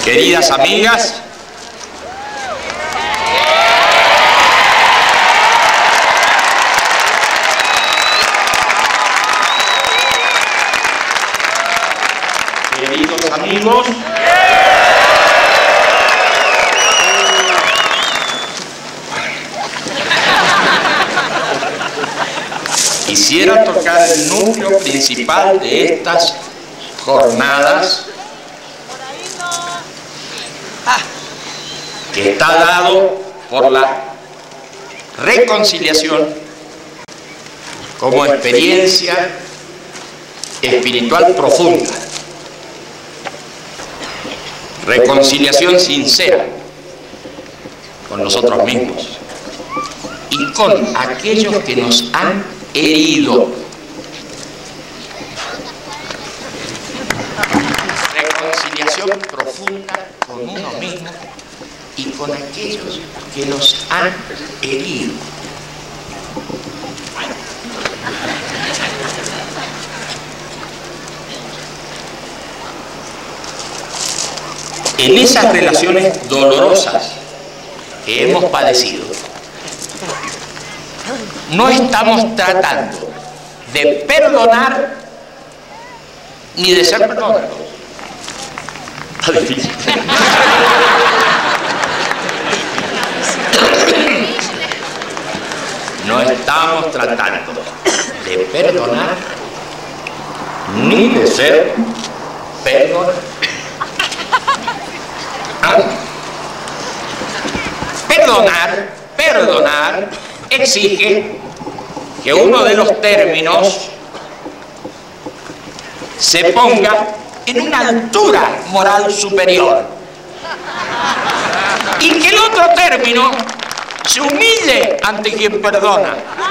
Queridas amigas, queridos amigos, quisiera tocar el núcleo principal de estas jornadas, que está dado por la reconciliación como experiencia espiritual profunda. Reconciliación sincera con nosotros mismos y con aquellos que nos han herido. Reconciliación profunda con uno mismo y con aquellos que nos han herido. En esas relaciones dolorosas que hemos padecido, no estamos tratando de perdonar ni de ser perdonados. Está difícil. No estamos tratando de perdonar ni de ser perdonados. Perdonar exige que uno de los términos se ponga en una altura moral superior y que el otro término se humille ante quien perdona.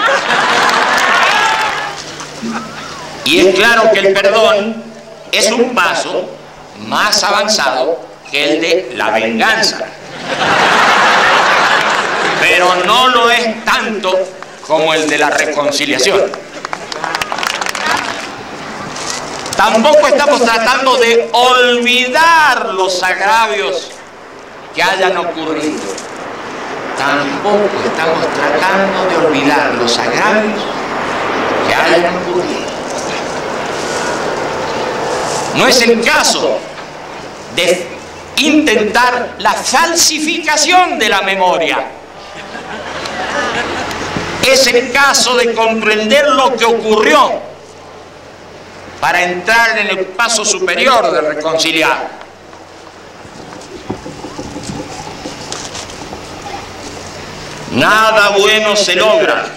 Y es claro que el perdón es un paso más avanzado que el de la venganza, pero no lo es tanto como el de la reconciliación. Tampoco estamos tratando de olvidar los agravios que hayan ocurrido. Tampoco estamos tratando de olvidar los agravios que hayan ocurrido. No es el caso de intentar la falsificación de la memoria. Es el caso de comprender lo que ocurrió para entrar en el paso superior de reconciliar. Nada bueno se logra,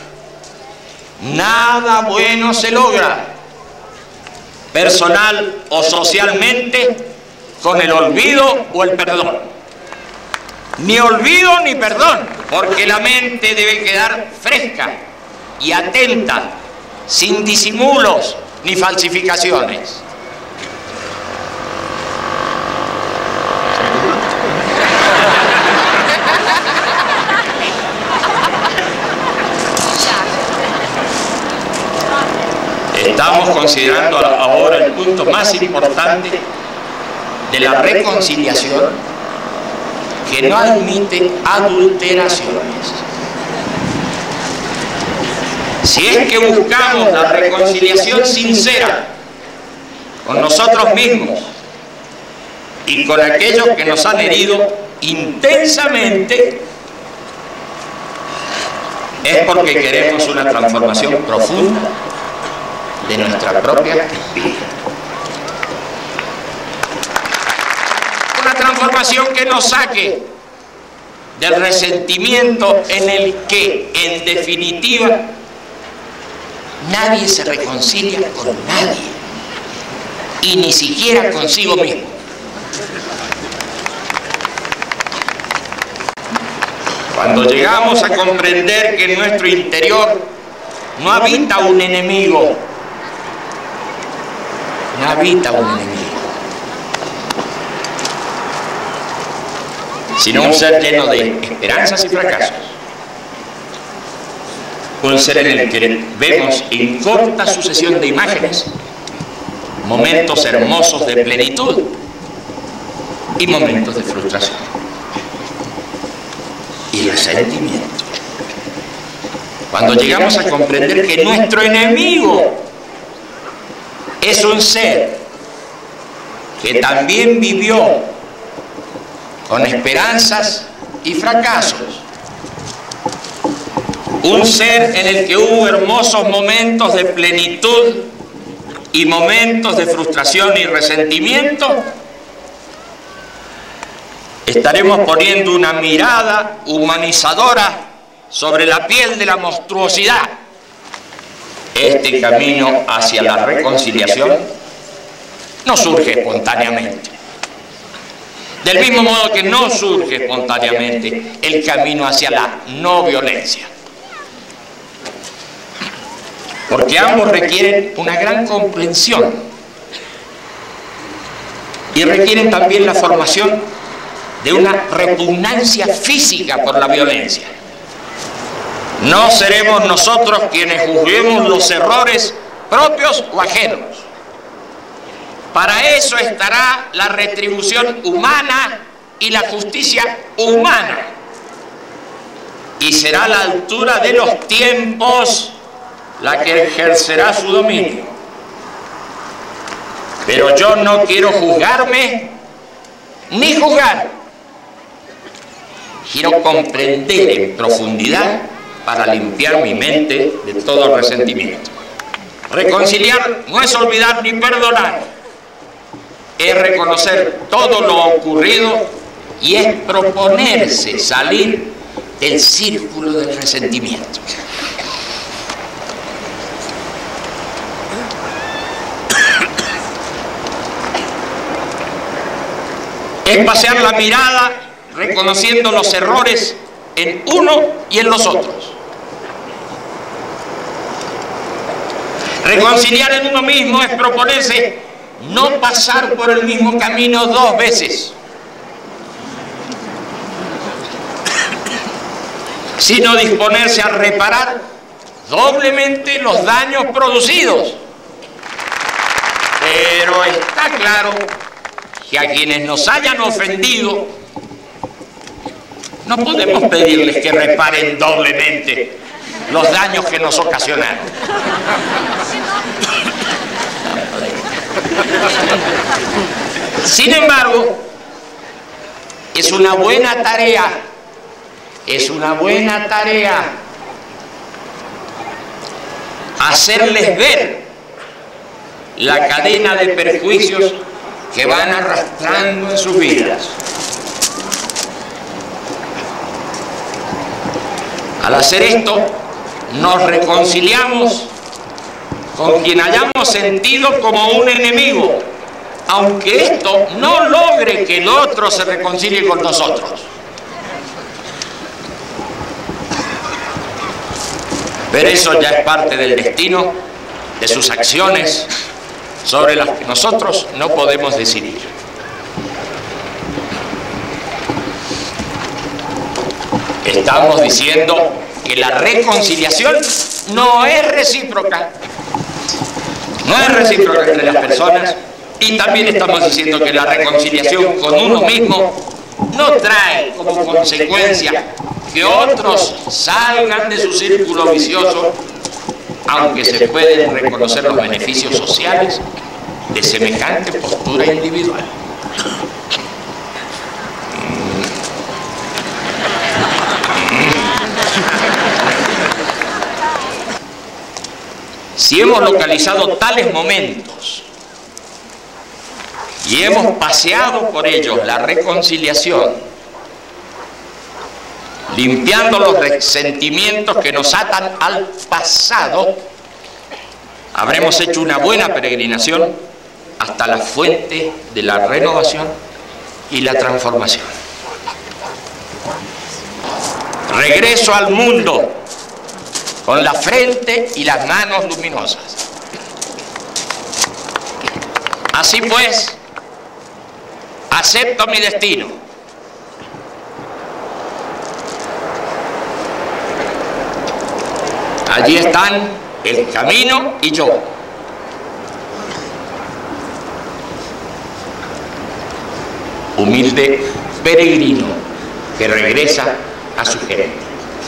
personal o socialmente, con el olvido o el perdón. Ni olvido ni perdón, porque la mente debe quedar fresca y atenta, sin disimulos ni falsificaciones. Estamos considerando ahora el punto más importante de la reconciliación, que no admite adulteraciones. Si es que buscamos la reconciliación sincera con nosotros mismos y con aquellos que nos han herido intensamente, es porque queremos una transformación profunda de nuestra propia vida. Una transformación que nos saque del resentimiento en el que, en definitiva, nadie se reconcilia con nadie, y ni siquiera consigo mismo. Cuando llegamos a comprender que en nuestro interior no habita un enemigo, sino un ser lleno de esperanzas y fracasos, un ser en el que vemos en corta sucesión de imágenes momentos hermosos de plenitud y momentos de frustración y resentimiento. Cuando llegamos a comprender que nuestro enemigo es un ser que también vivió con esperanzas y fracasos, un ser en el que hubo hermosos momentos de plenitud y momentos de frustración y resentimiento, estaremos poniendo una mirada humanizadora sobre la piel de la monstruosidad. Este camino hacia la reconciliación no surge espontáneamente. Del mismo modo que no surge espontáneamente el camino hacia la no violencia. Porque ambos requieren una gran comprensión y requieren también la formación de una repugnancia física por la violencia. No seremos nosotros quienes juzguemos los errores propios o ajenos. Para eso estará la retribución humana y la justicia humana. Y será a la altura de los tiempos la que ejercerá su dominio. Pero yo no quiero juzgarme ni juzgar. Quiero comprender en profundidad para limpiar mi mente de todo resentimiento. Reconciliar no es olvidar ni perdonar, es reconocer todo lo ocurrido y es proponerse salir del círculo del resentimiento. Es pasear la mirada reconociendo los errores en uno y en los otros. Reconciliar en uno mismo es proponerse no pasar por el mismo camino dos veces, sino disponerse a reparar doblemente los daños producidos. Pero está claro que a quienes nos hayan ofendido no podemos pedirles que reparen doblemente los daños que nos ocasionaron. Sin embargo, es una buena tarea hacerles ver la cadena de perjuicios que van arrastrando en sus vidas. Al hacer esto, nos reconciliamos con quien hayamos sentido como un enemigo, aunque esto no logre que el otro se reconcilie con nosotros. Pero eso ya es parte del destino, de sus acciones, sobre las que nosotros no podemos decidir. Estamos diciendo que la reconciliación no es recíproca. No es recíproca entre las personas, y también estamos diciendo que la reconciliación con uno mismo no trae como consecuencia que otros salgan de su círculo vicioso, aunque se pueden reconocer los beneficios sociales de semejante postura individual. Si hemos localizado tales momentos y hemos paseado por ellos la reconciliación, limpiando los resentimientos que nos atan al pasado, habremos hecho una buena peregrinación hasta la fuente de la renovación y la transformación. Regreso al mundo con la frente y las manos luminosas. Así pues, acepto mi destino. Allí están el camino y yo. humilde peregrino que regresa a su gerente.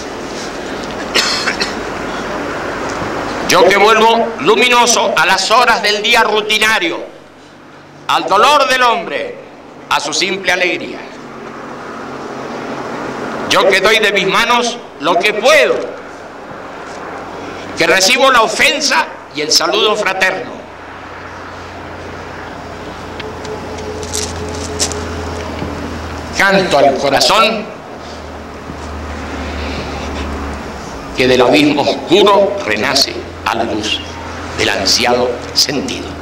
Yo que vuelvo luminoso a las horas del día rutinario, al dolor del hombre, a su simple alegría. Yo que doy de mis manos lo que puedo, que recibo la ofensa y el saludo fraterno. Canto al corazón que del abismo oscuro renace a la luz del ansiado sentido.